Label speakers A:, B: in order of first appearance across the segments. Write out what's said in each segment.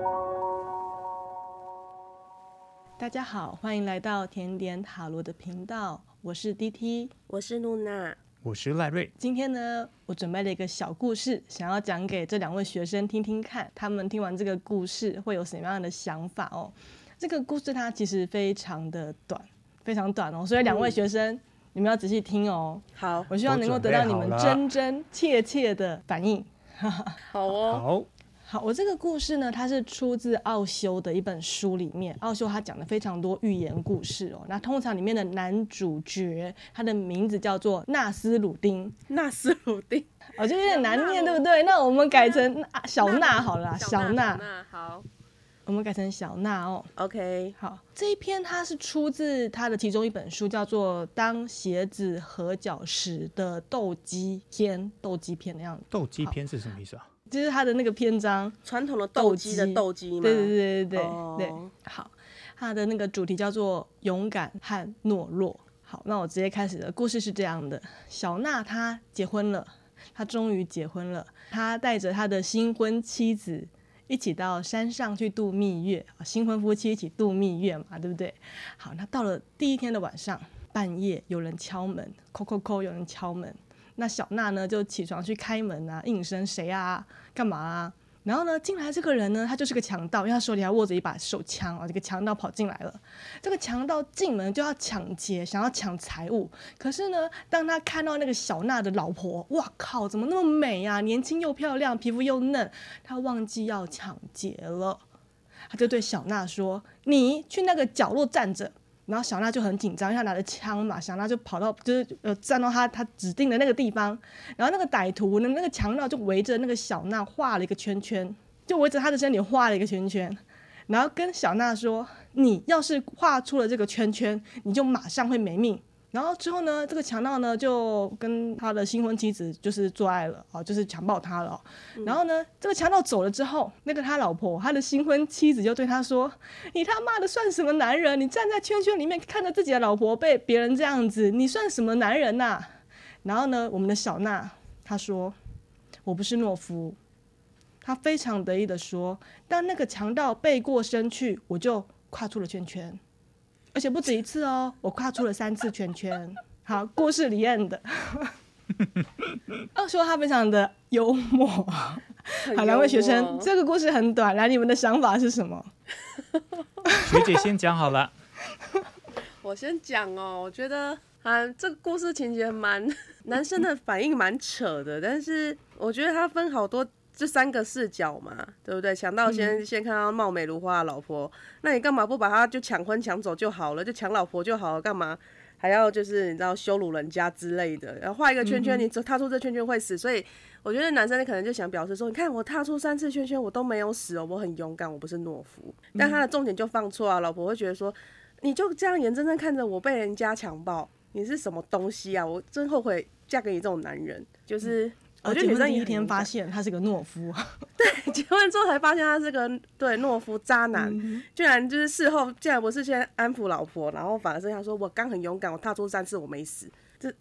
A: 大家好，欢迎来到甜点塔罗的频道，我是 DT，
B: 我是露娜，
C: 我是赖瑞。
A: 今天呢，我准备了一个小故事，想要讲给这2位学生听听看，他们听完这个故事会有什么样的想法哦。这个故事它其实非常的短，非常短哦，所以2位学生，你们要仔细听哦。
B: 好，
A: 我希望能够得到你们真真切切的反应。
B: 好哦，
A: 好，我这个故事呢，它是出自奥修的一本书里面。奥修他讲了非常多寓言故事哦。那通常里面的男主角，他的名字叫做纳斯鲁丁。
B: 纳斯鲁丁，
A: 就有点难念，对不对？那我们改成小纳好了啦，小纳。
B: 好，
A: 我们改成小纳哦。
B: OK，
A: 好，这一篇它是出自他的其中一本书，叫做《当鞋子合脚时的斗鸡篇》。斗鸡篇的样子。
C: 斗鸡篇是什么意思啊？
A: 就是他的那个篇章，
B: 传统的斗鸡的斗鸡吗？
A: 对对对对对、
B: 哦、
A: 对。好，他的那个主题叫做勇敢和懦弱。好，那我直接开始了。故事是这样的：小娜她结婚了，她终于结婚了。她带着她的新婚妻子一起到山上去度蜜月，新婚夫妻一起度蜜月嘛，对不对？好，那到了第一天的晚上，半夜有人敲门，叩叩叩，有人敲门。那小娜呢就起床去开门啊，应声谁啊，干嘛啊？然后呢进来这个人呢，他就是个强盗，因为他手里还握着一把手枪啊。这个强盗跑进来了，这个强盗进门就要抢劫，想要抢财物。可是呢，当他看到那个小娜的老婆，哇靠，怎么那么美啊，年轻又漂亮，皮肤又嫩，他忘记要抢劫了。他就对小娜说：“你去那个角落站着。”然后小娜就很紧张，因为她拿着枪嘛，小娜就跑到就是站到她指定的那个地方，然后那个歹徒呢，那个强盗就围着那个小娜画了一个圈圈，就围着她的身体画了一个圈圈，然后跟小娜说：“你要是画出了这个圈圈，你就马上会没命。”然后之后呢，这个强盗呢就跟他的新婚妻子就是做爱了，就是强暴他了。然后呢，这个强盗走了之后，那个他老婆，他的新婚妻子就对他说：“你他妈的算什么男人？你站在圈圈里面看着自己的老婆被别人这样子，你算什么男人啊？”然后呢，我们的小娜她说：“我不是懦夫。”她非常得意的说：“当那个强盗背过身去，我就跨出了圈圈。”而且不止一次哦，我跨出了3次圈圈。好，故事里面的奥修他非常的幽默。好，2位学生，这个故事很短，来，你们的想法是什么？
C: 学姐先讲好了。
B: 我先讲哦，我觉得这个故事情节男生的反应蛮扯的，但是我觉得他分好多。就3个视角嘛，对不对？强盗先看到貌美如花的老婆，那你干嘛不把他就抢婚抢走就好了，就抢老婆就好了，干嘛还要就是你知道羞辱人家之类的？然后画一个圈圈，你踏出这圈圈会死，所以我觉得男生可能就想表示说，你看我踏出3次圈圈，我都没有死哦，我很勇敢，我不是懦夫。但他的重点就放错啊，老婆会觉得说，你就这样眼睁睁看着我被人家强暴，你是什么东西啊？我真后悔嫁给你这种男人，就是。我觉得女生
A: 第一天发现他是个懦夫，
B: 对，结婚之后才发现他是个懦夫渣男，居然就是事后竟然不是先安抚老婆，然后反而是他说我刚很勇敢，我踏出3次我没死。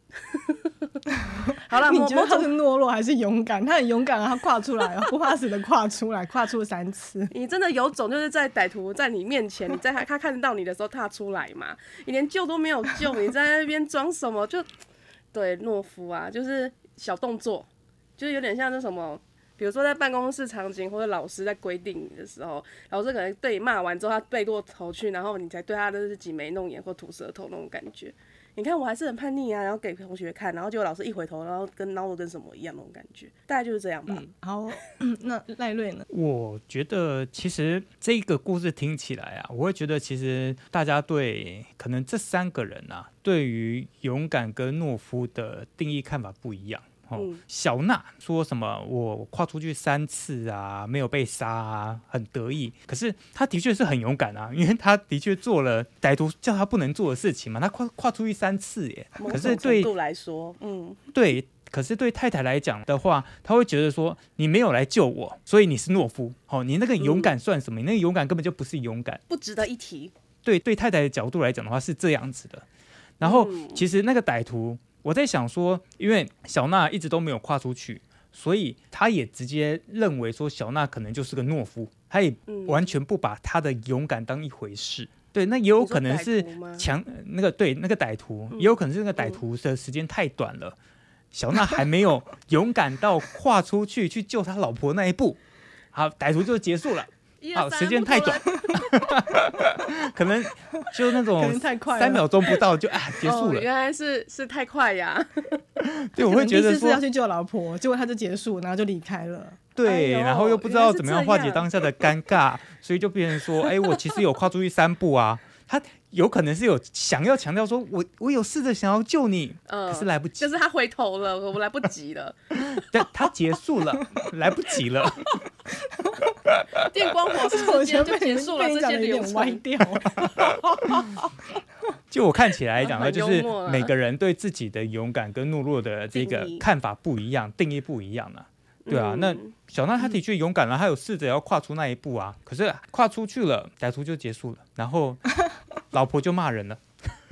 B: 好了，
A: 你觉得他是懦弱还是勇敢？他很勇敢啊，他跨出来，不怕死的跨出来，跨出3次。
B: 你真的有种，就是在歹徒在你面前，你在他看得到你的时候踏出来嘛？你连救都没有救，你在那边装什么？就对懦夫啊，就是小动作。就是有点像是什么，比如说在办公室场景，或者老师在规定你的时候，老师可能对你骂完之后，他背过头去，然后你才对他就是挤眉弄眼或吐舌头那种感觉。你看我还是很叛逆啊，然后给同学看，然后结果老师一回头，然后闹得跟什么一样那种感觉，大概就是这样吧。
A: 好，那赖瑞呢？
C: 我觉得其实这个故事听起来啊，我会觉得其实大家对可能这3个人啊，对于勇敢跟懦夫的定义看法不一样。小娜说什么我跨出去3次啊，没有被杀啊，很得意。可是他的确是很勇敢啊，因为他的确做了歹徒叫他不能做的事情嘛，他跨出去3次耶。
B: 可是对某种程度来说，
C: 对。可是对太太来讲的话，他会觉得说你没有来救我，所以你是懦夫。你那个勇敢算什么？你那个勇敢根本就不是勇敢，
B: 不值得一提。
C: 对太太的角度来讲的话是这样子的。然后其实那个歹徒。我在想说，因为小娜一直都没有跨出去， 所以他也直接认为说小娜可能就是个懦夫，他也完全不把他的勇敢当一回事。对，那也有可能是那个歹徒，也有可能是那个歹徒的时间太短了，小娜还没有勇敢到跨出去救他老婆那一步，好，歹徒就结束了。好，时间太短，可能就那种3秒钟不到就结束了。
B: 原来是太快呀！
C: 对，我会觉得
A: 说要去救老婆，结果他就结束，然后就离开了。
C: 对，然后又不知道怎么样化解当下的尴尬，所以就变成说，我其实有跨出去3步啊。他有可能是有想要强调说，我有试着想要救你，可是来不及，
B: 就是他回头了，我来不及了。
C: 但他结束了，来不及了。
B: 电光火石之间就结束了这些流程，
A: 歪掉。
C: 就我看起来讲呢，就是每个人对自己的勇敢跟懦弱的这个看法不一样，定义不一样啊。对啊，那小娜她的确勇敢了，她有试着要跨出那一步啊，可是跨出去了，歹徒就结束了，然后老婆就骂人了。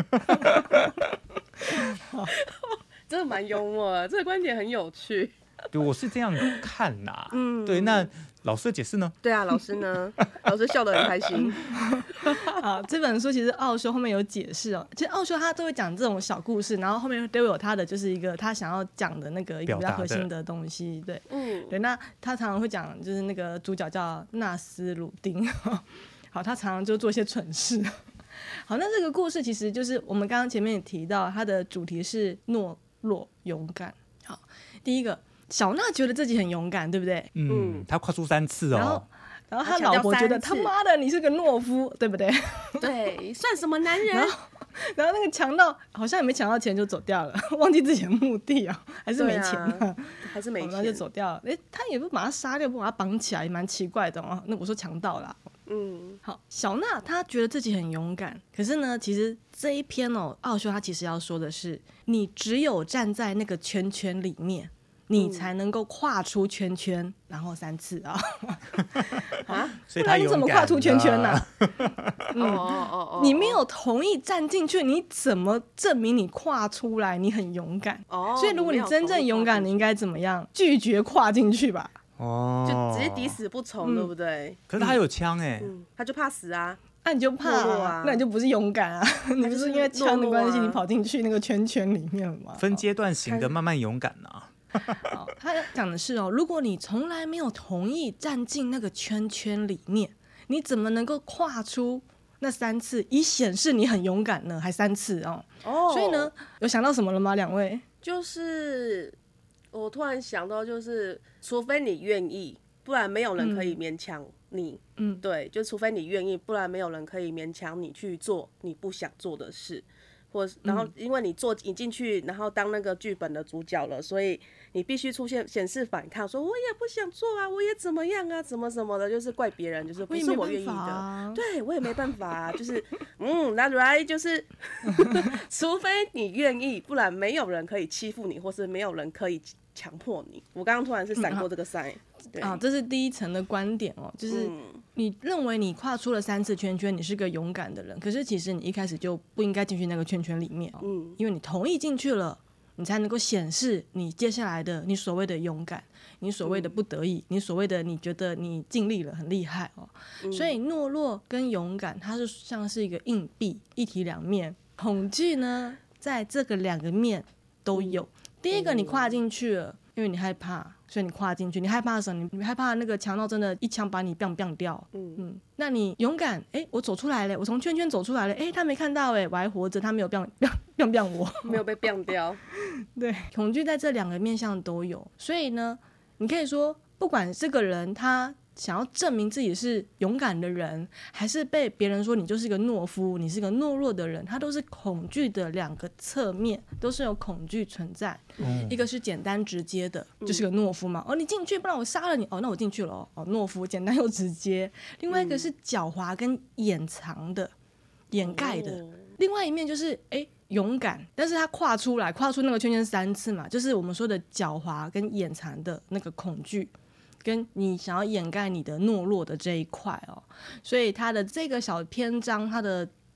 B: 真的蛮幽默的，这个观点很有趣。
C: 对，我是这样看呐。对，那老师的解释呢？
B: 对啊，老师呢？老师笑得很开心。
A: 好，这本书其实奥修后面有解释哦。其实奥修他都会讲这种小故事，然后后面都有他的就是一个他想要讲的那个一个比较核心的东西。对，对，那他常常会讲，就是那个主角叫纳斯鲁丁。好，他常常就做一些蠢事。好，那这个故事其实就是我们刚刚前面也提到，它的主题是懦弱勇敢。好，第一个。小娜觉得自己很勇敢，对不对？
C: 她跨出3次哦。
A: 然后她老婆觉得他妈的你是个懦夫，对不对？
B: 对，算什么男人？
A: 然后那个强盗好像也没抢到钱就走掉了，忘记自己的目的啊，还是没钱啊，
B: 还是没钱，
A: 然后就走掉了。他也不把他杀掉，不把他绑起来，也蛮奇怪的哦。那我说强盗啦。好，小娜她觉得自己很勇敢，可是呢，其实这一篇奥修他其实要说的是，你只有站在那个圈圈里面。你才能够跨出圈圈，然后3次啊！
C: 所以他
A: 你怎么跨出圈圈呢？你没有同意站进去，你怎么证明你跨出来？你很勇敢所以如果你真正勇敢，你应该怎么样？拒绝跨进去吧。
B: 就直接抵死不从，对不对？
C: 可是他有枪
B: 他就怕死啊。
A: 那你就怕啊，那你就不是勇敢啊！你不是因为枪的关系，你跑进去那个圈圈里面了吗？
C: 分阶段型的慢慢勇敢啊。
A: 好，他讲的是如果你从来没有同意站进那个圈圈里面，你怎么能够跨出那3次，以显示你很勇敢呢？还3次所以呢，有想到什么了吗？2位？
B: 就是我突然想到，就是除非你愿意，不然没有人可以勉强你。对，就除非你愿意，不然没有人可以勉强你去做你不想做的事。然后因为你进去，然后当那个剧本的主角了，所以你必须出现显示反抗，说我也不想做啊，我也怎么样啊，怎么什么的，就是怪别人，就是不是我愿意的，对我也没办法啊，就是that's right，就是除非你愿意，不然没有人可以欺负你，或是没有人可以强迫你。我刚刚突然是闪过这个 sign。
A: 这是第一层的观点就是你认为你跨出了3次圈圈，你是个勇敢的人，可是其实你一开始就不应该进去那个圈圈里面因为你同意进去了，你才能够显示你接下来的你所谓的勇敢，你所谓的不得已，你所谓的你觉得你尽力了很厉害所以懦弱跟勇敢它是像是一个硬币，一体两面。恐惧呢在这个2个面都有。第一个你跨进去了，因为你害怕，所以你跨进去。你害怕什么？你害怕那个强盗真的一枪把你 biang 掉。那你勇敢，我走出来了，我从圈圈走出来了，他没看到，我还活着，他没有 biang 我，
B: 没有被 biang 掉。
A: 对，恐惧在这2个面向都有。所以呢，你可以说，不管这个人他想要证明自己是勇敢的人，还是被别人说你就是一个懦夫，你是个懦弱的人，他都是恐惧的2个侧面，都是有恐惧存在。一个是简单直接的，就是个懦夫嘛，你进去，不然我杀了你，那我进去了，懦夫，简单又直接。另外一个是狡猾跟掩藏的，掩盖的。另外一面就是勇敢，但是他跨出那个圈圈3次嘛，就是我们说的狡猾跟掩藏的那个恐惧，跟你想要掩盖你的懦弱的这一块所以他的这个小篇章，他的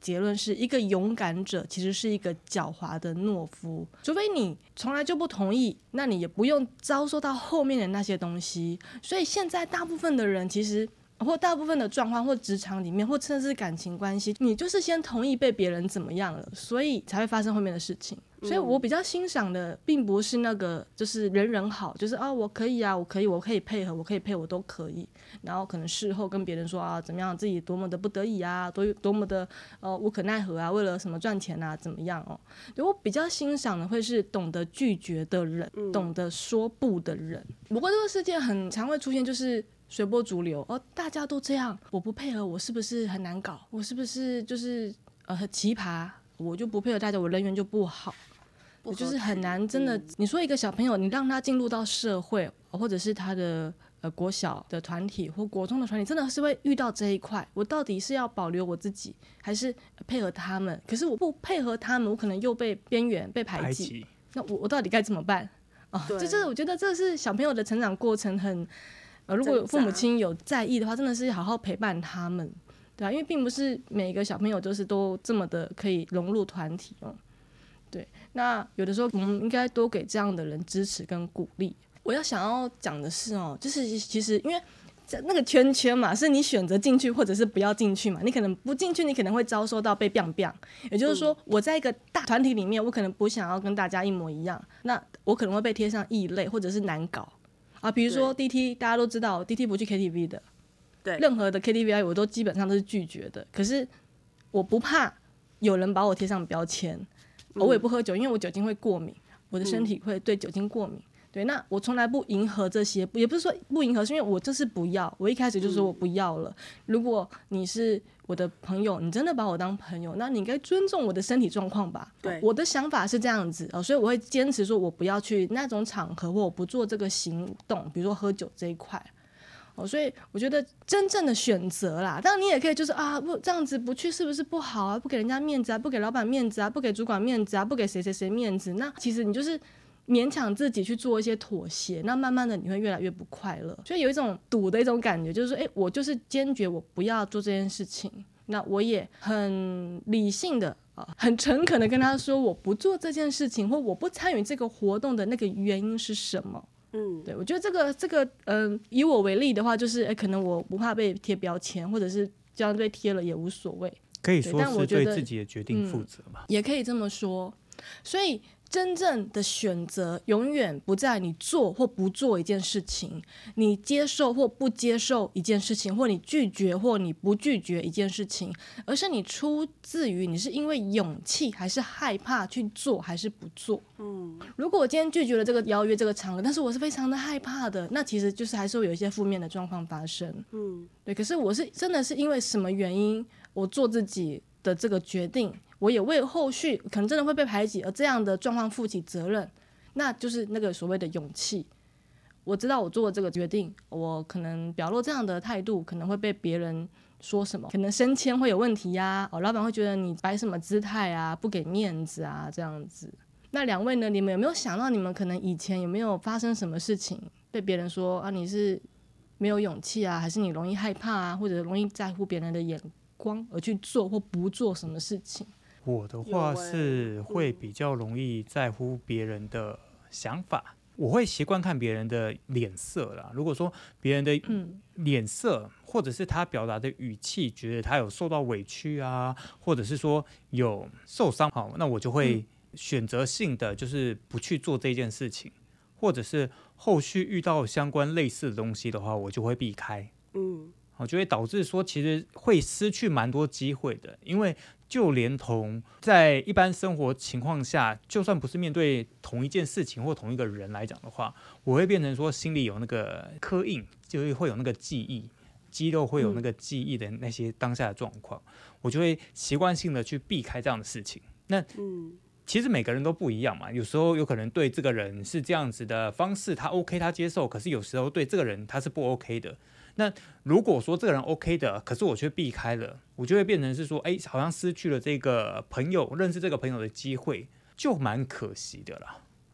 A: 结论是一个勇敢者其实是一个狡猾的懦夫，除非你从来就不同意，那你也不用遭受到后面的那些东西。所以现在大部分的人其实或大部分的状况或职场里面或甚至是感情关系，你就是先同意被别人怎么样了，所以才会发生后面的事情。所以我比较欣赏的并不是那个就是人人好，就是我可以啊，我可以配合，我可以配，我都可以，然后可能事后跟别人说怎么样自己多么的不得已啊，多么的无可奈何啊，为了什么赚钱啊怎么样我比较欣赏的会是懂得拒绝的人，懂得说不的人。不过这个世界很常会出现就是随波逐流大家都这样，我不配合，我是不是很难搞？我是不是就是很奇葩？我就不配合大家，我人缘就不好，就是很难真的。你说一个小朋友，你让他进入到社会，或者是他的国小的团体或国中的团体，真的是会遇到这一块。我到底是要保留我自己，还是配合他们？可是我不配合他们，我可能又被边缘、被排挤。那我到底该怎么办就是我觉得这是小朋友的成长过程很。如果父母亲有在意的话，真的是好好陪伴他们，对因为并不是每一个小朋友都这么的可以融入团体对，那有的时候我们应该多给这样的人支持跟鼓励。我想要讲的是就是其实因为那个圈圈嘛，是你选择进去或者是不要进去嘛。你可能不进去，你可能会遭受到被biang biang，也就是说我在一个大团体里面，我可能不想要跟大家一模一样，那我可能会被贴上异类或者是难搞比如说 DT 大家都知道 DT 不去 KTV 的，对，任何的 KTV 我都基本上都是拒绝的。可是我不怕有人把我贴上标签我也不喝酒，因为我酒精会过敏，我的身体会对酒精过敏对，那我从来不迎合这些，也不是说不迎合，是因为我就是不要，我一开始就说我不要了。如果你是我的朋友，你真的把我当朋友，那你应该尊重我的身体状况吧。对，我的想法是这样子所以我会坚持说我不要去那种场合，或我不做这个行动，比如说喝酒这一块所以我觉得真正的选择啦，当然你也可以就是不这样子不去是不是不好啊？不给人家面子啊，不给老板面子啊，不给主管面子啊，不给谁谁谁面子，那其实你就是勉强自己去做一些妥协，那慢慢的你会越来越不快乐。所以有一种赌的一种感觉，就是说我就是坚决我不要做这件事情，那我也很理性的很诚恳的跟他说我不做这件事情或我不参与这个活动的那个原因是什么。对，我觉得这个以我为例的话，就是可能我不怕被贴标签，或者是这样被贴了也无所谓，
C: 可以说是对自己的决定负责嘛，
A: 也可以这么说。所以真正的选择永远不在你做或不做一件事情，你接受或不接受一件事情，或你拒绝或你不拒绝一件事情，而是你出自于你是因为勇气还是害怕去做还是不做。如果我今天拒绝了这个邀约这个场合，但是我是非常的害怕的，那其实就是还是会有一些负面的状况发生。对，可是我是真的是因为什么原因我做自己的这个决定，我也为后续可能真的会被排挤而这样的状况负起责任，那就是那个所谓的勇气。我知道我做了这个决定，我可能表露这样的态度可能会被别人说什么，可能升迁会有问题啊老板会觉得你摆什么姿态啊，不给面子啊这样子。那两位呢，你们有没有想到你们可能以前有没有发生什么事情被别人说你是没有勇气啊，还是你容易害怕啊，或者容易在乎别人的眼光而去做或不做什么事情？
C: 我的话是会比较容易在乎别人的想法，我会习惯看别人的脸色啦。如果说别人的脸色或者是他表达的语气觉得他有受到委屈啊，或者是说有受伤那我就会选择性的就是不去做这件事情，或者是后续遇到相关类似的东西的话我就会避开。就会导致说其实会失去蛮多机会的。因为就连同在一般生活情况下，就算不是面对同一件事情或同一个人来讲的话，我会变成说心里有那个刻印，就会有那个记忆，肌肉会有那个记忆的那些当下的状况，我就会习惯性的去避开这样的事情。那其实每个人都不一样嘛，有时候有可能对这个人是这样子的方式他 OK 他接受，可是有时候对这个人他是不 OK 的。那如果说这个人 OK 的，可是我却避开了，我就会变成是说好像失去了这个朋友认识这个朋友的机会，就蛮可惜的啦。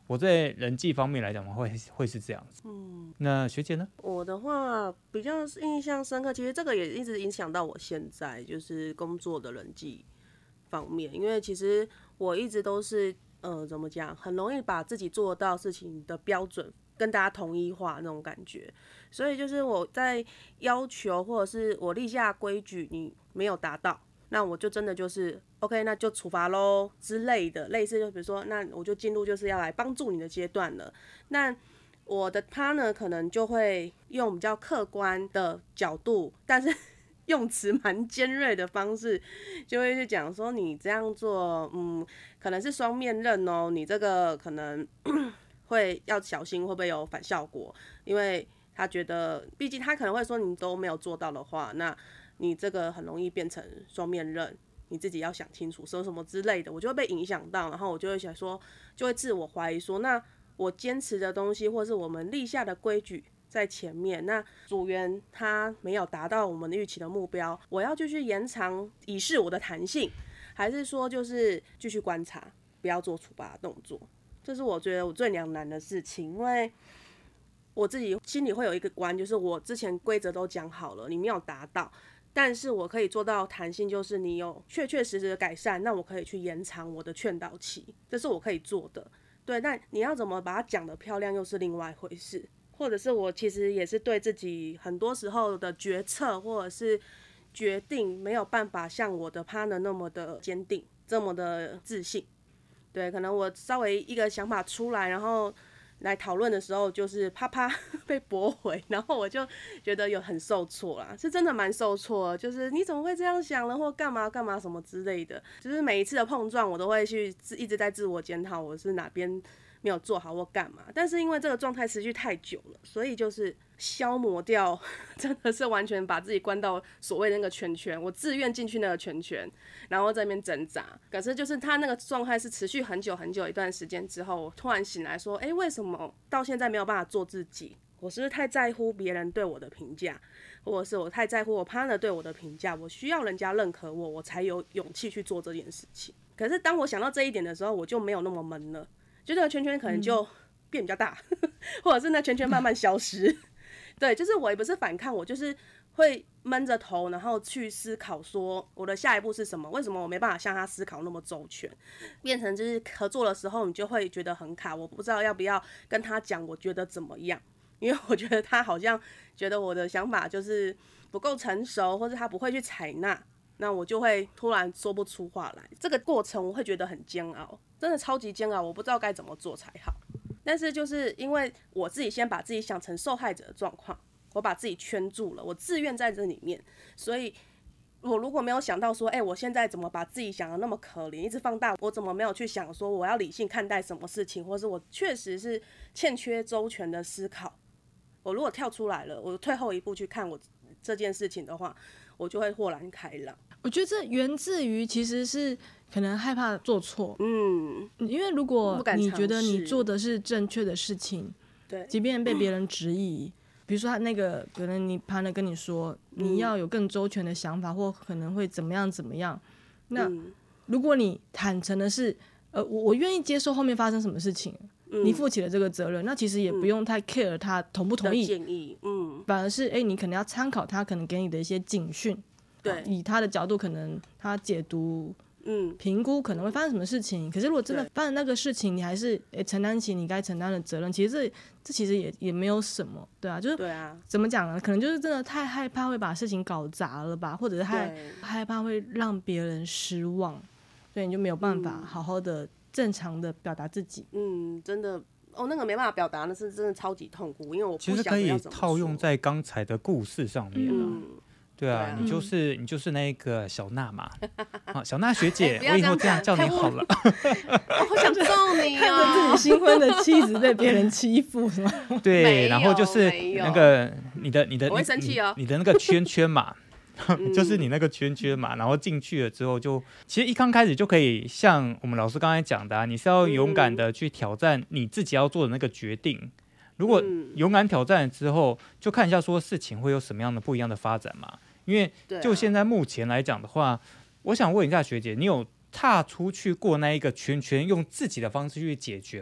C: 我在人际方面来讲会是这样子。那学姐呢？
B: 我的话比较印象深刻，其实这个也一直影响到我现在就是工作的人际方面，因为其实我一直都是怎么讲，很容易把自己做到事情的标准跟大家统一化那种感觉，所以就是我在要求或者是我立下规矩，你没有达到，那我就真的就是 OK， 那就处罚咯之类的，类似就比如说，那我就进入就是要来帮助你的阶段了。那我的 partner 可能就会用比较客观的角度，但是用词蛮尖锐的方式，就会去讲说你这样做，可能是双面刃哦，你这个可能会要小心会不会有反效果，因为他觉得，毕竟他可能会说你都没有做到的话，那你这个很容易变成双面刃，你自己要想清楚，什么之类的，我就会被影响到，然后我就会想说，就会自我怀疑说，那我坚持的东西，或是我们立下的规矩在前面，那组员他没有达到我们预期的目标，我要继续延长以示我的弹性，还是说就是继续观察，不要做处罚的动作？这是我觉得我最两难的事情，因为我自己心里会有一个关，就是我之前规则都讲好了，你没有达到，但是我可以做到弹性，就是你有确实的改善，那我可以去延长我的劝导期，这是我可以做的。对，但你要怎么把它讲得漂亮又是另外一回事，或者是我其实也是对自己很多时候的决策或者是决定没有办法像我的 partner 那么的坚定，这么的自信。对，可能我稍微一个想法出来，然后来讨论的时候，就是啪啪被驳回，然后我就觉得有很受挫啦，是真的蛮受挫的，就是你怎么会这样想呢，或干嘛干嘛什么之类的，就是每一次的碰撞，我都会去一直在自我检讨，我是哪边没有做好或干嘛，但是因为这个状态持续太久了，所以就是消磨掉，真的是完全把自己关到所谓的那个圈圈，我自愿进去那个圈圈，然后在那边挣扎。可是就是他那个状态是持续很久很久一段时间之后，我突然醒来说，为什么到现在没有办法做自己？我是不是太在乎别人对我的评价，或者是我太在乎我 partner 对我的评价？我需要人家认可我，我才有勇气去做这件事情。可是当我想到这一点的时候，我就没有那么闷了，就这个圈圈可能就变比较大，或者是那圈圈慢慢消失。对，就是我也不是反抗，我就是会闷着头，然后去思考说我的下一步是什么？为什么我没办法像他思考那么周全？变成就是合作的时候，你就会觉得很卡，我不知道要不要跟他讲，我觉得怎么样？因为我觉得他好像觉得我的想法就是不够成熟，或是他不会去采纳，那我就会突然说不出话来。这个过程我会觉得很煎熬，真的超级煎熬，我不知道该怎么做才好。但是就是因为我自己先把自己想成受害者的状况，我把自己圈住了，我自愿在这里面，所以我如果没有想到说，我现在怎么把自己想的那么可怜，一直放大，我怎么没有去想说我要理性看待什么事情，或是我确实是欠缺周全的思考。我如果跳出来了，我退后一步去看我这件事情的话，我就会豁然开朗。
A: 我觉得这源自于其实是可能害怕做错，因为如果你觉得你做的是正确的事情，
B: 对，
A: 即便被别人质疑，比如说他那个可能你 partner 跟你说你要有更周全的想法，或可能会怎么样，那如果你坦诚的是我愿意接受后面发生什么事情，你负起了这个责任，那其实也不用太 care 他同不同意，
B: 建议，
A: 反而是你可能要参考他可能给你的一些警讯，
B: 对，
A: 以他的角度可能他解读评估可能会发生什么事情，可是如果真的发生那个事情，你还是承担起你该承担的责任，其实这其实也没有什么，对啊，就是怎么讲呢？可能就是真的太害怕会把事情搞砸了吧，或者是害怕会让别人失望，所以你就没有办法好好的正常的表达自己。
B: 真的那个没办法表达，那是真的超级痛苦，因为我不
C: 其实可以套用在刚才的故事上面对啊，你就是那个小娜嘛，小娜学姐，我以后这样叫你好了。
B: 我好想揍你
A: 看着自己新婚的妻子被别人欺负是吗？
C: 对，然后就是那个你的
B: 我会生气哦，
C: 你的那个圈圈嘛，就是你那个圈圈嘛，然后进去了之后其实一刚开始就可以像我们老师刚才讲的你是要勇敢的去挑战你自己要做的那个决定。如果勇敢挑战了之后，就看一下说事情会有什么样的不一样的发展嘛。因为就现在目前来讲的话，我想问一下学姐，你有踏出去过那一个圈圈，用自己的方式去解决吗？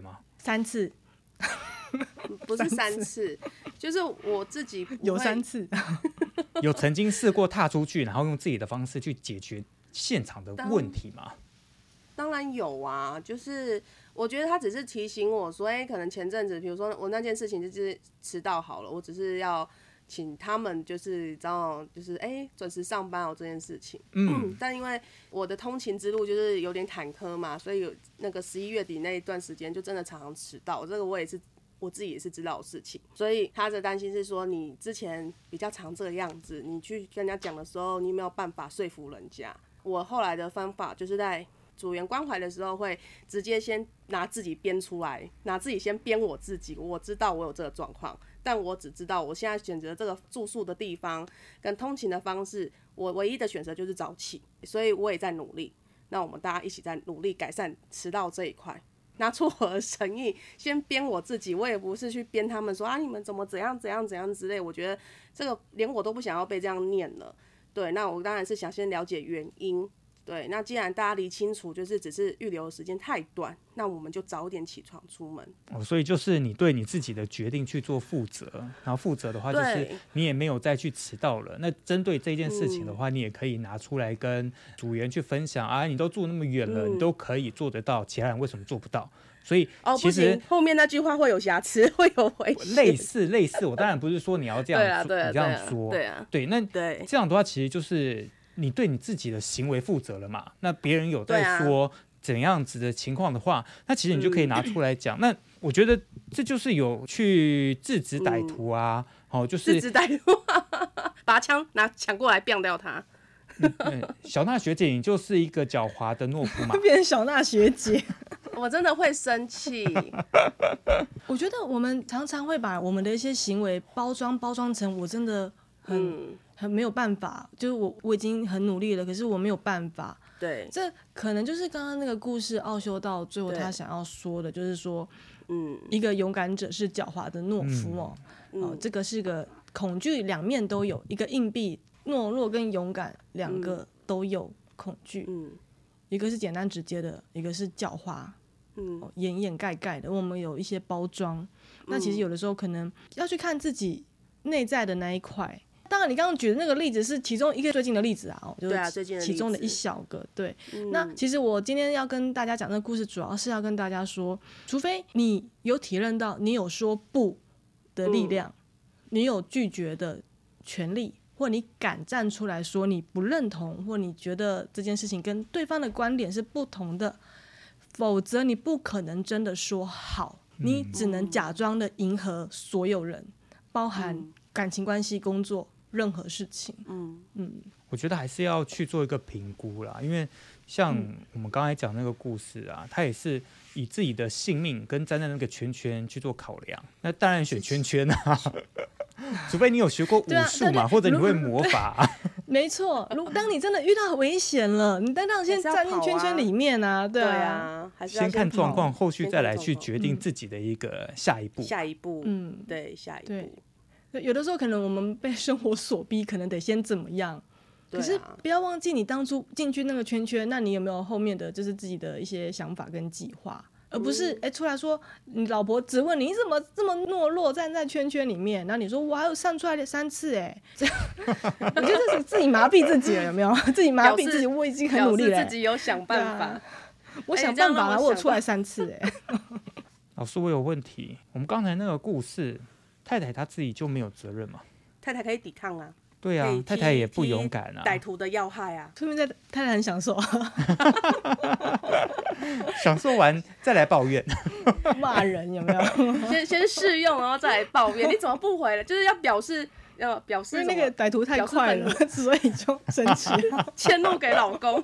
A: 3次，
B: 不是3次，就是我自己
A: 有3次，
C: 有曾经试过踏出去，然后用自己的方式去解决现场的问题吗？
B: 当然有啊，就是我觉得他只是提醒我说，可能前阵子，比如说我那件事情就是迟到好了，我只是要请他们就是就是准时上班这件事情。但因为我的通勤之路就是有点坎坷嘛，所以有那个11月底那一段时间就真的常常迟到，这个我自己也是知道的事情，所以他的担心是说，你之前比较常这个样子，你去跟人家讲的时候，你没有办法说服人家。我后来的方法就是在组员关怀的时候，会直接先拿自己编出来，拿自己先编我自己。我知道我有这个状况，但我只知道我现在选择这个住宿的地方跟通勤的方式，我唯一的选择就是早起，所以我也在努力。那我们大家一起在努力改善迟到这一块。拿出我的诚意，先编我自己，我也不是去编他们说你们怎么怎样之类。我觉得这个连我都不想要被这样念了。对，那我当然是想先了解原因。对，那既然大家理清楚，就是只是预留的时间太短，那我们就早点起床出门。
C: 所以就是你对你自己的决定去做负责，然后负责的话就是你也没有再去迟到了。那针对这件事情的话，你也可以拿出来跟组员去分享你都住那么远了，你都可以做得到，其他人为什么做不到？所以其实
B: 后面那句话会有瑕疵，会有危险。
C: 类似，我当然不是说你要这样
B: 对啊，
C: 你这样说，对，那这样的话其实就是你对你自己的行为负责了嘛。那别人有在说怎样子的情况的话，那其实你就可以拿出来讲。那我觉得这就是有去制止歹徒啊，就是
B: 制止歹徒，把枪抢过来毙掉他。
C: 小娜学姐，你就是一个狡猾的懦夫嘛，
A: 变成小娜学姐。
B: 我真的会生气。
A: 我觉得我们常常会把我们的一些行为包装成我真的很没有办法，就是我已经很努力了，可是我没有办法。
B: 对，
A: 这可能就是刚刚那个故事奥修到最后他想要说的，就是说，一个勇敢者是狡猾的懦夫这个是个恐惧两面都有，一个硬币，懦弱跟勇敢两个都有恐惧，一个是简单直接的，一个是狡猾。掩盖的，我们有一些包装。那其实有的时候可能要去看自己内在的那一块。当然，你刚刚举的那个例子是其中一个最近的例子就是其中的一小个。对，那其实我今天要跟大家讲这个故事，主要是要跟大家说，除非你有体认到你有说不的力量，你有拒绝的权利，或你敢站出来说你不认同，或你觉得这件事情跟对方的观点是不同的。否则你不可能真的说好，你只能假装的迎合所有人，包含感情关系、工作任何事情。
C: 我觉得还是要去做一个评估啦，因为像我们刚才讲那个故事啊，他也是以自己的性命跟站在那个圈圈去做考量，那当然选圈圈啊。除非你有学过武术嘛，或者你会魔法。
A: 没错，当你真的遇到危险了，你当然先站进圈圈里面啊，对啊，
C: 先看状况，后续再来去决定自己的一个下一步。
B: 对，下一步。
A: 有的时候可能我们被生活所逼，可能得先怎么样。可是不要忘记，你当初进去那个圈圈，那你有没有后面的就是自己的一些想法跟计划？而不是出来说你老婆只问你怎么这么懦弱站在圈圈里面，然后你说我还有上出来3次这样我觉得这是自己麻痹自己了，有没有？自己麻痹自己，我已经很努力了，
B: 自己有想办法。
A: 我想办法了，我有出来3次
C: 老师，我有问题。我们刚才那个故事，太太她自己就没有责任吗？
B: 太太可以抵抗啊。
C: 对啊，太太也不勇敢啊，
B: 歹徒的要害啊，
A: 说明太太很享受，
C: 享受完再来抱怨，
A: 骂人有没有？
B: 先试用，然后再来抱怨。你怎么不回来？就是要表示，因为
A: 那个歹徒太快了，所以就生气，
B: 迁怒给老公。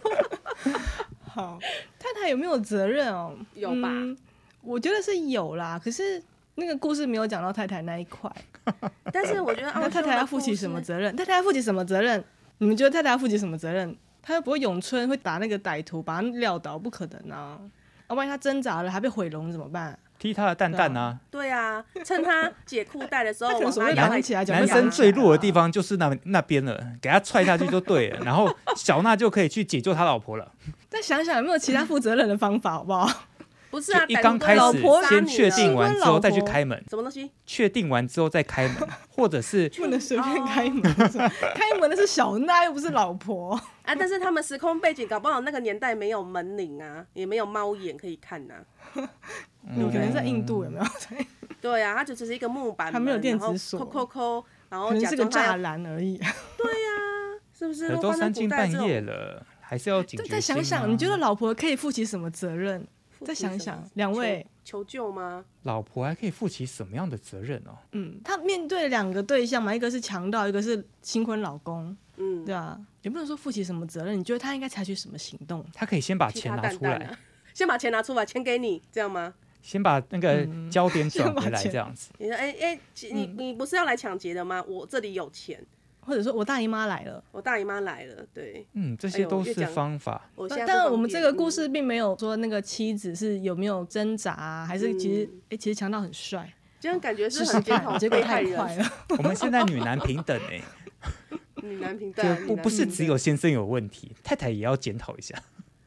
A: 好，太太有没有责任哦？
B: 有吧？
A: 我觉得是有啦，可是那个故事没有讲到太太那一块。
B: 但是我觉得
A: 那太太要负起什么责任？太太要负起什么责任？你们觉得太太要负起什么责任？她又不会咏春，会打那个歹徒，把他撂倒，不可能啊！万一他挣扎了，还被毁容怎么办？
C: 踢他的蛋蛋啊！
B: 对啊，趁他解裤带的时候，往他
A: 摇起来。
C: 男生最弱的地方就是那边了，给他踹下去就对了，然后小娜就可以去解救他老婆了。
A: 再想想有没有其他负责任的方法，好不好？
B: 不是啊，
C: 就一刚开始
A: 老婆
C: 先确定完之后再去
A: 老婆
C: 开门，
B: 什么东西？
C: 确定完之后再开门，或者是
A: 不能随便开门，开门的是小娜，又不是老婆。
B: 啊，但是他们时空背景搞不好那个年代没有门铃啊，也没有猫眼可以看呐、
A: 有可能在印度有没有？
B: 对啊，它就只是一个木板门，
A: 还没有电子锁
B: 然后扣，然后
A: 可能是个
B: 假装它
A: 栅栏而已。
B: 是不是？
C: 可都三更半夜
B: 了，
C: 了，还是要警觉心啊。
A: 再想想，你觉得老婆可以负起什么责任？再想想，两位，
B: 求救吗？
C: 老婆还可以负起什么样的责任哦？
A: 她面对两个对象嘛，一个是强盗，一个是新婚老公，
B: 嗯，
A: 对啊，也不能说负起什么责任。你觉得她应该采取什么行动？
C: 他可以先把
B: 替他
C: 钱拿出来，
B: 蛋蛋啊，先把钱拿出来，钱给你，这样吗？
C: 先把那个焦点转回来，
A: 先把钱
C: 这样子。
B: 你说，你不是要来抢劫的吗？我这里有钱，
A: 或者说我大姨妈来了。
B: 我大姨妈来了，对，
C: 这些都是方法。
B: 我现在不
A: 当然，我们
B: 方便
A: 这个故事并没有说那个妻子是有没有挣扎啊，还是其实强盗很帅，
B: 这样感觉是
A: 试试
B: 很检讨
A: 看，结果
B: 被害
A: 太快
B: 人，
A: 了。
C: 我们现在女男平等哎、
B: 女男平
C: 就
B: 等，
C: 不是只有先生有问题，太太也要检讨一下。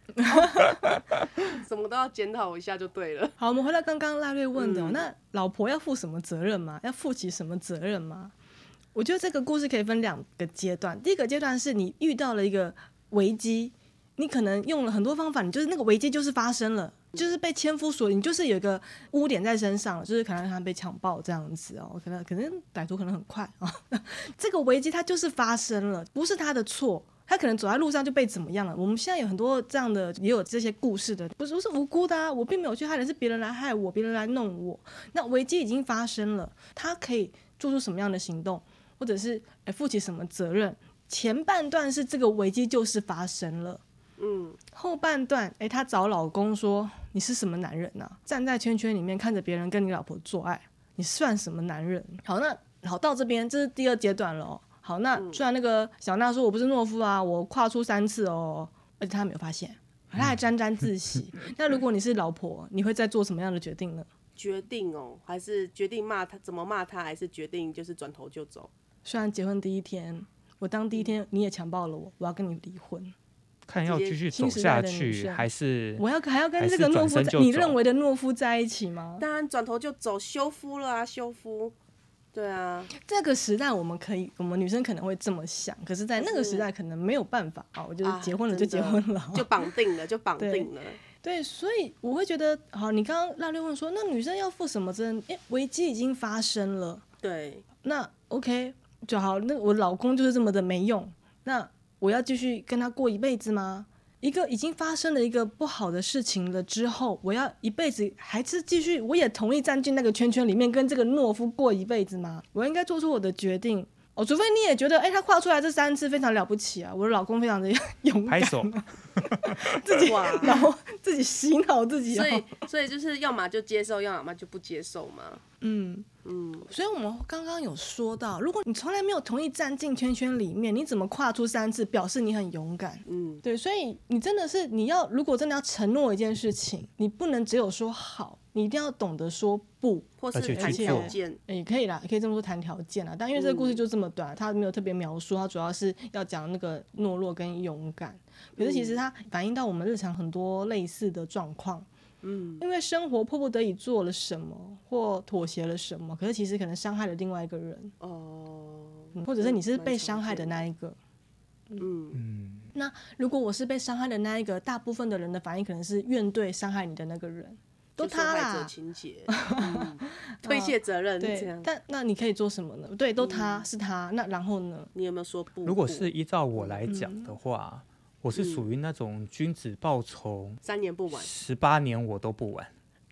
B: 什么都要检讨一下就对了。
A: 好，我们回到刚刚赖瑞问的、那老婆要负什么责任吗？要负起什么责任吗？我觉得这个故事可以分两个阶段。第一个阶段是你遇到了一个危机，你可能用了很多方法，你就是那个危机就是发生了，就是被千夫所，你就是有一个污点在身上了，就是可能他被强暴这样子哦，可能歹徒可能很快啊、这个危机它就是发生了，不是他的错。他可能走在路上就被怎么样了。我们现在有很多这样的，也有这些故事的，不是无辜的啊，我并没有去害人，是别人来害我，别人来弄我。那危机已经发生了，他可以做出什么样的行动，或者是负起什么责任？前半段是这个危机就是发生了，后半段她找老公说你是什么男人啊？站在圈圈里面看着别人跟你老婆做爱，你算什么男人？好，到这边这是第二阶段了哦。好，那虽然那个小娜说我不是懦夫啊，我跨出3次哦，而且她没有发现，她还沾沾自喜。那如果你是老婆，你会再做什么样的决定呢？
B: 决定哦，还是决定骂他，怎么骂他，还是决定就是转头就走？
A: 虽然结婚第一天，我当第一天你也强暴了我，我要跟你离婚。
C: 看要继续走下去，还是
A: 还要跟这个懦夫，你认为的懦夫在一起吗？
B: 当然转头就走，休夫了啊，休夫。对啊，
A: 这个时代我们女生可能会这么想，可是，在那个时代可能没有办法啊。我就是结婚了就结婚了，
B: 就绑定了，就绑定了。
A: 对，所以我会觉得，好，你刚刚辣六问说，那女生要负什么责任？危机已经发生了，
B: 对，
A: 那 OK 就好。那我老公就是这么的没用，那我要继续跟他过一辈子吗？一个已经发生了一个不好的事情了之后，我要一辈子还是继续？我也同意站进那个圈圈里面跟这个懦夫过一辈子吗？我应该做出我的决定。除非你也觉得，他跨出来这3次非常了不起啊！我的老公非常的勇敢，
C: 拍手，
A: 然后自己洗脑自己。
B: 所以就是要么就接受，要么就不接受嘛。
A: 所以我们刚刚有说到，如果你从来没有同意站进圈圈里面，你怎么跨出3次，表示你很勇敢。对，所以你真的是如果真的要承诺一件事情，你不能只有说好，你一定要懂得说不，
B: 或是谈条件。
A: 也可以啦，也可以这么说谈条件啦。但因为这个故事就这么短，它没有特别描述，它主要是要讲那个懦弱跟勇敢。可是其实它反映到我们日常很多类似的状况。因为生活迫不得已做了什么或妥协了什么，可是其实可能伤害了另外一个人，或者是你是被伤害的那一个。那如果我是被伤害的那一个，大部分的人的反应可能是怨对伤害你的那个人，都他啦，
B: 受害者情节，推卸责任这样。
A: 但那你可以做什么呢？对，都他是他，那然后呢？
B: 你有没有说不？
C: 如果是依照我来讲的话，我是属于那种君子报仇
B: 3年不晚
C: ，18年我都不晚。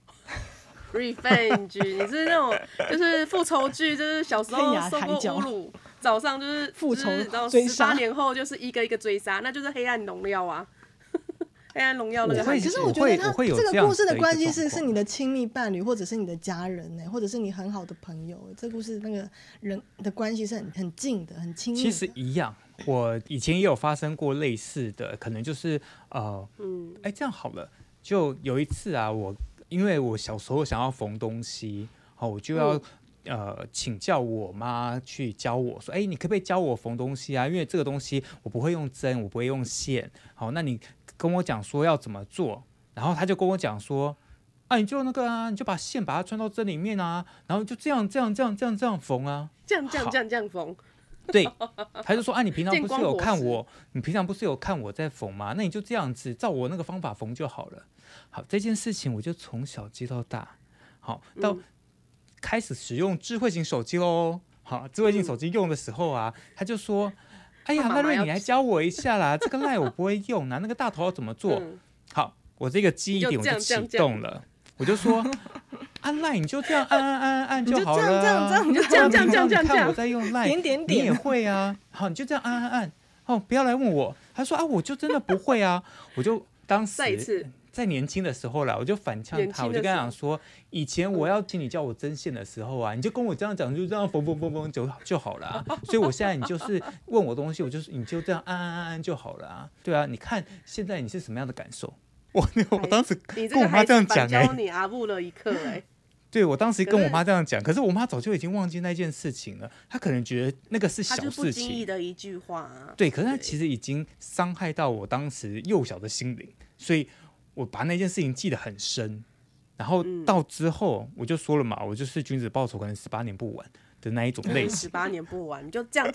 B: Revenge， 你是那种就是复仇剧，就是小时候受过侮辱，早上就是
A: 复仇，
B: 然后18年后就是一个一个追杀，那就是黑暗荣耀啊。黑暗荣耀那个海，
A: 可是我觉得他这个故事的关系是你的亲密伴侣，或者是你的家人呢，或者是你很好的朋友。这故事那个人的关系是很近的，很亲密的。
C: 其实一样，我以前也有发生过类似的，可能就是这样好了，就有一次啊，因为我小时候想要缝东西，我就要请教我妈去教我说，你可不可以教我缝东西啊？因为这个东西我不会用针，我不会用线，好，那你跟我讲说要怎么做，然后他就跟我讲说， 啊，你就那个啊，你就把线把它穿到针里面啊，然后就这样缝啊，
B: 这样缝。
C: 对，他就说啊，你平常不是有看
B: 见光
C: 我，你平常不是有看我在缝吗？那你就这样子照我那个方法缝就好了。好，这件事情我就从小接到大，好到开始使用智慧型手机喽。好，智慧型手机用的时候啊，他就说，哎呀，赖瑞你来教我一下啦，这个赖我不会用啊，那个大头要怎么做？好，我这个记忆点我就启动了，我就说。按赖你就这样按就好了，
A: 你就这样
C: 看我在用赖，
A: 点
C: 你也会啊。好，你就这样按哦，不要来问我。他说啊，我就真的不会啊。我就当时在年轻的时候啦，我就反呛他，我就跟他讲说，以前我要请你叫我针线的时候啊，你就跟我这样讲，就这样缝就好了啊。所以我现在你就是问我东西，你就这样按就好了啊。对啊，你看现在你是什么样的感受？我当时跟我妈这样讲
B: 教你阿布了一课
C: 对，我当时跟我妈这样讲，可是我妈早就已经忘记那件事情了，她可能觉得那个是小事情，她就不
B: 经意的一句话啊。
C: 对，可是她其实已经伤害到我当时幼小的心灵，所以我把那件事情记得很深。然后到之后我就说了嘛，我就是君子报仇，可能18年不晚的那一种类型。
B: 18年不晚，你就这样。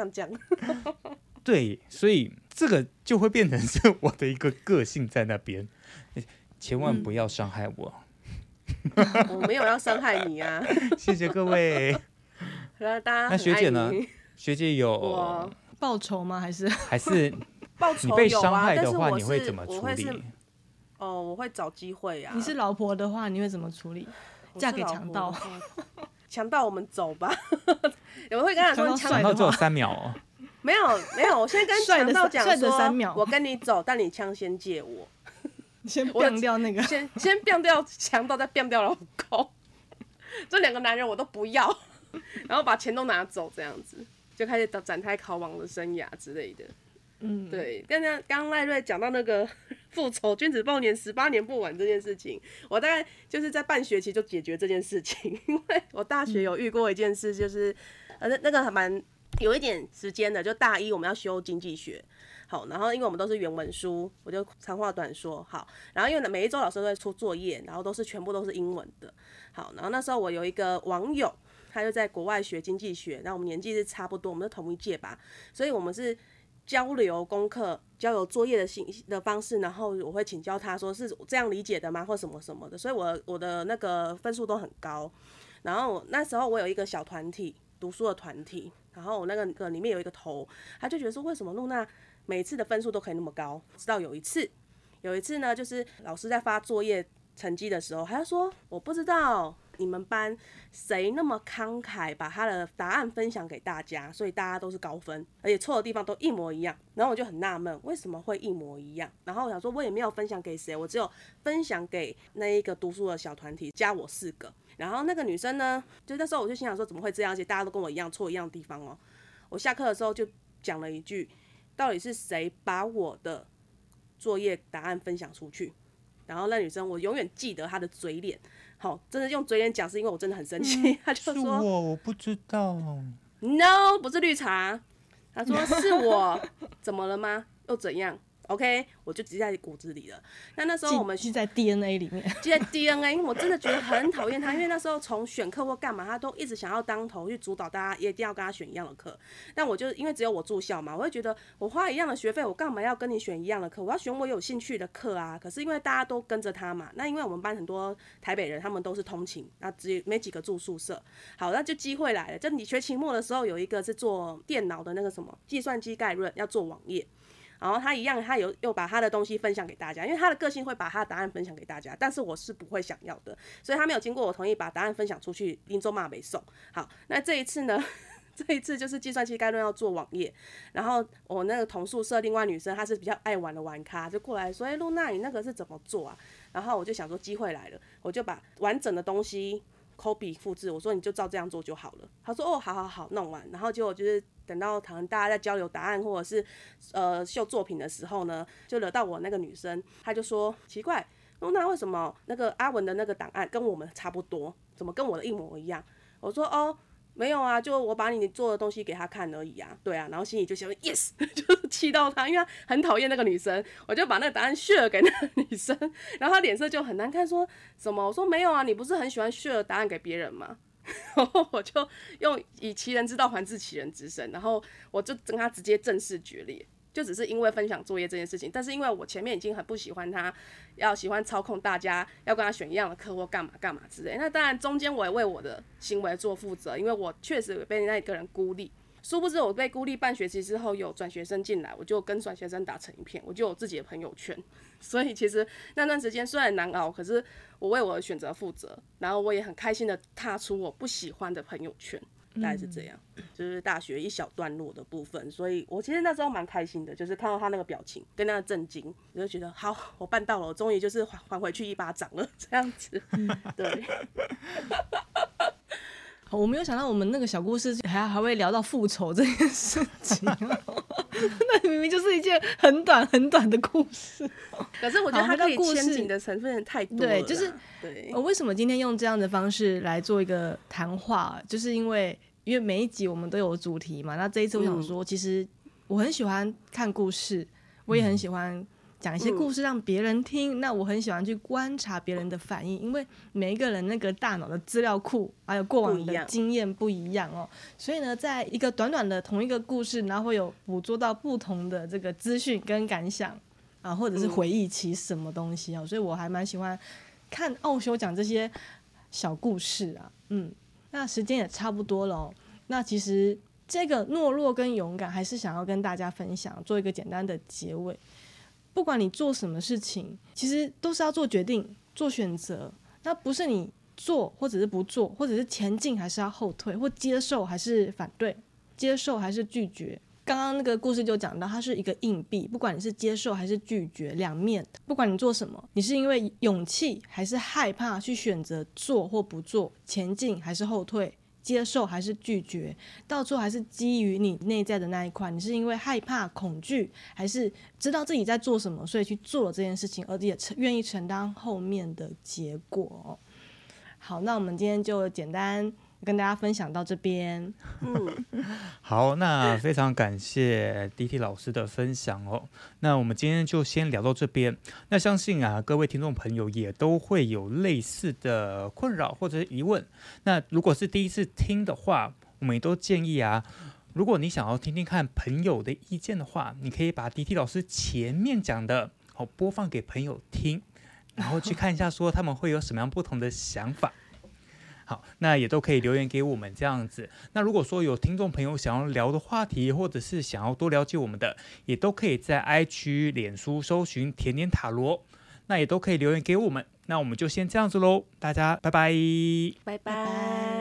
C: 对，所以这个就会变成是我的一个个性在那边，千万不要伤害我。
B: 我没有要伤害你啊！
C: 谢谢各位。
B: 那
C: 学姐呢？学姐有
A: 报仇吗？还是
B: 报仇？
C: 你被伤害的话，你会怎么处理？
B: 我会找机会啊。
A: 你是老婆的话，你会怎么处理？嫁给强盗？
B: 强盗，我们走吧。我会跟他说，
C: 强盗只有3秒哦。
B: 没有，我先跟强盗讲说
A: 3秒，
B: 我跟你走，但你枪先借我。
A: 先变掉那个，
B: 先变掉强盗，再变掉老公，这2个男人我都不要，然后把钱都拿走，这样子就开始展开逃亡的生涯之类的。对。刚刚赖瑞讲到那个复仇君子报年18年不晚这件事情，我大概就是在半学期就解决这件事情，因为我大学有遇过一件事，就是那个还蛮有一点时间的，就大一我们要修经济学。好，然后因为我们都是原文书，我就长话短说。好，然后因为每一周老师都会出作业，然后全部都是英文的。好，然后那时候我有一个网友，他就在国外学经济学，然后我们年纪是差不多，我们是同一届吧，所以我们是交流功课、交流作业的方式，然后我会请教他说是这样理解的吗，或什么什么的，所以我的那个分数都很高。然后那时候我有一个小团体，读书的团体，然后我那个里面有一个头，他就觉得说为什么露娜每次的分数都可以那么高，直到有一次呢，就是老师在发作业成绩的时候，他就说我不知道你们班谁那么慷慨把他的答案分享给大家，所以大家都是高分，而且错的地方都一模一样。然后我就很纳闷为什么会一模一样，然后我想说我也没有分享给谁，我只有分享给那一个读书的小团体，加我4个。然后那个女生呢，就那时候我就心想说怎么会这样，而且大家都跟我一样错一样的地方哦。我下课的时候就讲了一句，到底是谁把我的作业答案分享出去？然后那女生我永远记得她的嘴脸，好，真的用嘴脸讲是因为我真的很生气。她就说
C: 是我不知道
B: ，No， 不是绿茶。她说是我，怎么了吗？又怎样？OK， 我就记在骨子里了。那时候我们
A: 记在 DNA 里面，
B: 记在 DNA， 因为我真的觉得很讨厌他，因为那时候从选课或干嘛，他都一直想要当头去主导大家，一定要跟他选一样的课。但我就因为只有我住校嘛，我会觉得我花一样的学费，我干嘛要跟你选一样的课？我要选我有兴趣的课啊。可是因为大家都跟着他嘛，那因为我们班很多台北人，他们都是通勤，那只有没几个住宿舍。好，那就机会来了。就你学期末的时候，有一个是做电脑的那个什么计算机概论，要做网页。然后他一样，他又把他的东西分享给大家，因为他的个性会把他的答案分享给大家，但是我是不会想要的，所以他没有经过我同意把答案分享出去，林州骂没送。好，那这一次呢？这一次就是计算机概论要做网页，然后我那个同宿舍另外女生她是比较爱玩的玩咖，就过来说：“露娜，你那个是怎么做啊？”然后我就想说机会来了，我就把完整的东西copy 复制，我说你就照这样做就好了。他说：“哦，好，弄完。”然后结果就是等到可能大家在交流答案或者是秀作品的时候呢，就惹到我那个女生，她就说：“奇怪，露娜为什么那个阿文的那个档案跟我们差不多，怎么跟我的一模一样？”我说：“哦。” 没有啊，就我把你做的东西给他看而已啊，对啊，然后心里就想 yes， 就是气到他，因为他很讨厌那个女生，我就把那个答案 share 给那个女生，然后他脸色就很难看，说什么？我说没有啊，你不是很喜欢 share 答案给别人吗？然后我就用以其人之道还治其人之身，然后我就跟他直接正式决裂。就只是因为分享作业这件事情，但是因为我前面已经很不喜欢他，要喜欢操控大家，要跟他选一样的课或干嘛干嘛之类。那当然中间我也为我的行为做负责，因为我确实被那个人孤立。殊不知我被孤立半学期之后，有转学生进来，我就跟转学生打成一片，我就有自己的朋友圈。所以其实那段时间虽然难熬，可是我为我的选择负责，然后我也很开心的踏出我不喜欢的朋友圈。大概是这样，就是大学一小段落的部分，所以我其实那时候蛮开心的，就是看到他那个表情跟那个震惊，我就觉得好，我办到了，我终于就是还回去一巴掌了，这样子，对。
A: 我没有想到我们那个小故事还会聊到复仇这件事情，那明明就是一件很短很短的故事。
B: 可是我觉得它可以牵紧的成分太多了。
A: 对，就是我为什么今天用这样的方式来做一个谈话，就是因为每一集我们都有主题嘛。那这一次我想说，其实我很喜欢看故事，我也很喜欢讲一些故事让别人听，那我很喜欢去观察别人的反应，因为每一个人那个大脑的资料库还有过往的经验不一样哦，所以呢，在一个短短的同一个故事，然后会有捕捉到不同的这个资讯跟感想啊，或者是回忆起什么东西哦，所以我还蛮喜欢看奥修讲这些小故事啊。那时间也差不多了哦，那其实这个懦弱跟勇敢还是想要跟大家分享，做一个简单的结尾。不管你做什么事情，其实都是要做决定、做选择。那不是你做或者是不做，或者是前进还是要后退，或接受还是反对，接受还是拒绝。刚刚那个故事就讲到，它是一个硬币，不管你是接受还是拒绝，两面的。不管你做什么，你是因为勇气还是害怕去选择做或不做，前进还是后退，接受还是拒绝，到最后还是基于你内在的那一块，你是因为害怕恐惧，还是知道自己在做什么，所以去做了这件事情，而也愿意承担后面的结果。好，那我们今天就简单跟大家分享到这边。
C: 好，那非常感谢 DT 老师的分享哦。那我们今天就先聊到这边。那相信啊，各位听众朋友也都会有类似的困扰或者是疑问。那如果是第一次听的话，我们也都建议啊，如果你想要听听看朋友的意见的话，你可以把 DT 老师前面讲的播放给朋友听，然后去看一下说他们会有什么样不同的想法。好，那也都可以留言给我们这样子。那如果说有听众朋友想要聊的话题，或者是想要多了解我们的，也都可以在 IG 脸书搜寻甜点塔罗，那也都可以留言给我们。那我们就先这样子咯，大家拜拜，
B: 拜拜。